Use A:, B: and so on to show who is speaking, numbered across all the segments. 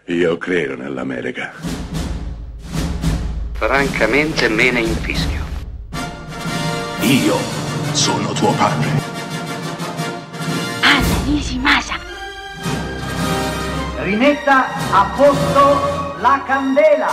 A: Io credo nell'America.
B: Francamente me ne infischio.
C: Io sono tuo padre.
D: Anna Nishimasa.
E: Rimetta a posto la candela.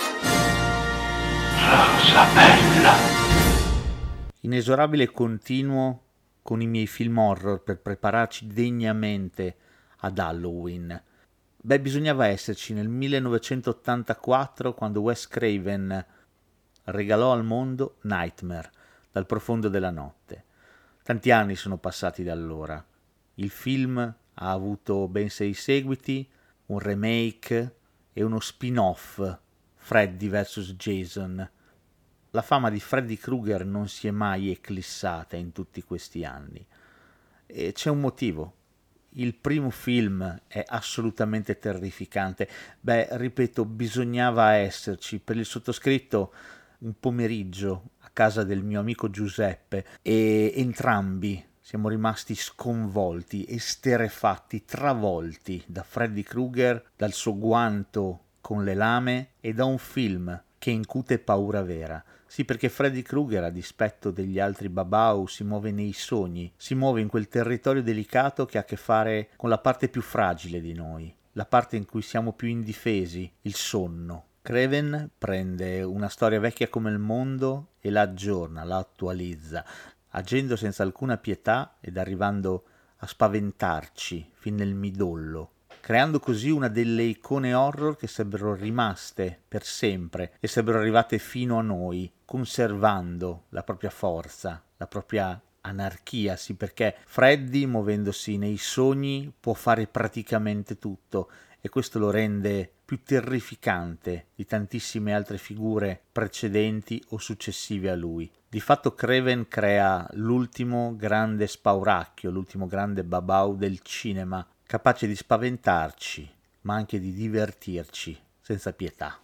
C: Rosa bella.
F: Inesorabile e continuo con i miei film horror per prepararci degnamente ad Halloween. Beh, bisognava esserci nel 1984 quando Wes Craven regalò al mondo Nightmare, dal profondo della notte. Tanti anni sono passati da allora. Il film ha avuto ben 6 seguiti, un remake e uno spin-off, Freddy vs. Jason. La fama di Freddy Krueger non si è mai eclissata in tutti questi anni. E c'è un motivo. Il primo film è assolutamente terrificante. Beh, ripeto, bisognava esserci. Per il sottoscritto un pomeriggio a casa del mio amico Giuseppe e entrambi siamo rimasti sconvolti, esterrefatti, travolti da Freddy Krueger, dal suo guanto con le lame e da un film che incute paura vera. Sì, perché Freddy Krueger, a dispetto degli altri babau, si muove nei sogni, si muove in quel territorio delicato che ha a che fare con la parte più fragile di noi, la parte in cui siamo più indifesi, il sonno. Craven prende una storia vecchia come il mondo e la aggiorna, la attualizza, agendo senza alcuna pietà ed arrivando a spaventarci fin nel midollo, creando così una delle icone horror che sarebbero rimaste per sempre e sarebbero arrivate fino a noi, conservando la propria forza, la propria anarchia, sì, perché Freddy, muovendosi nei sogni, può fare praticamente tutto e questo lo rende più terrificante di tantissime altre figure precedenti o successive a lui. Di fatto Craven crea l'ultimo grande spauracchio, l'ultimo grande babau del cinema, capace di spaventarci, ma anche di divertirci senza pietà.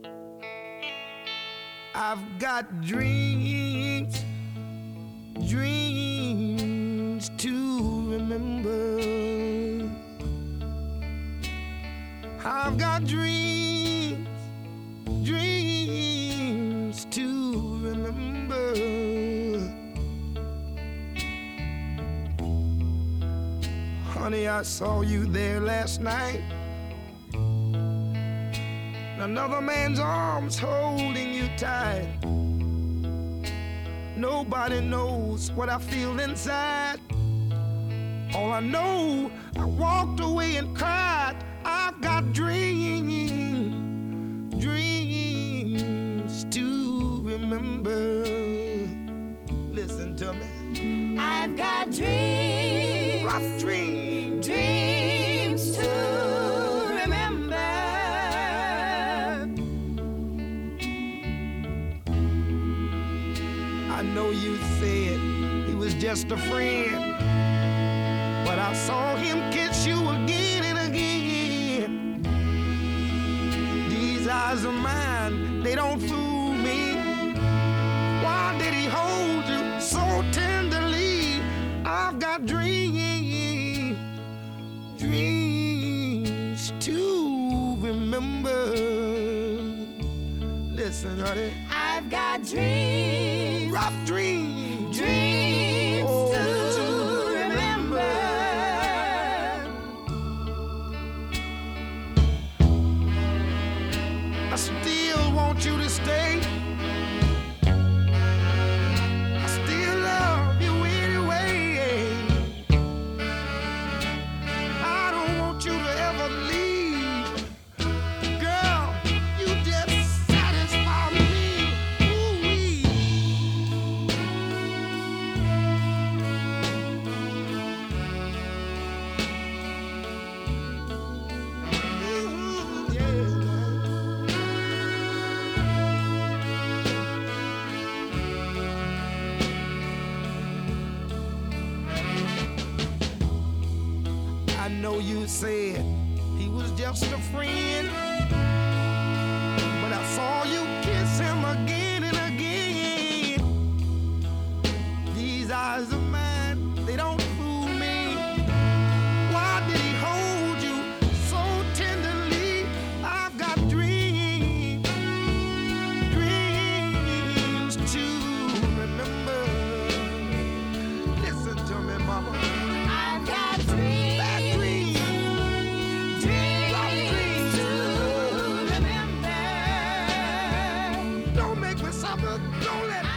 G: I've got dreams, dreams to remember. I've got dreams, dreams to remember. Honey, I saw you there last night. Another man's arms holding you tight. Nobody knows what I feel inside. All I know, I walked away and cried. I've got dreams, dreams to remember. Listen to me.
D: I've got dreams,
G: Rough dreams,
D: dreams to remember.
G: I know you said he was just a friend, but I saw him kiss you again and again. These eyes of mine, they don't fool me. Why did he hold you so tenderly? I've got dreams, dreams to remember. Listen, honey.
D: I've got dreams,
G: Rough dreams,
D: dreams
G: oh,
D: to remember.
G: I still want you to stay. I still love you anyway. I don't want you to ever leave. Girl, you just satisfy me. Ooh-wee. I know you said he was just a friend, but I saw you kiss him again and again. These eyes of mine, they don't fool me. Why did he hold you so tenderly? Don't let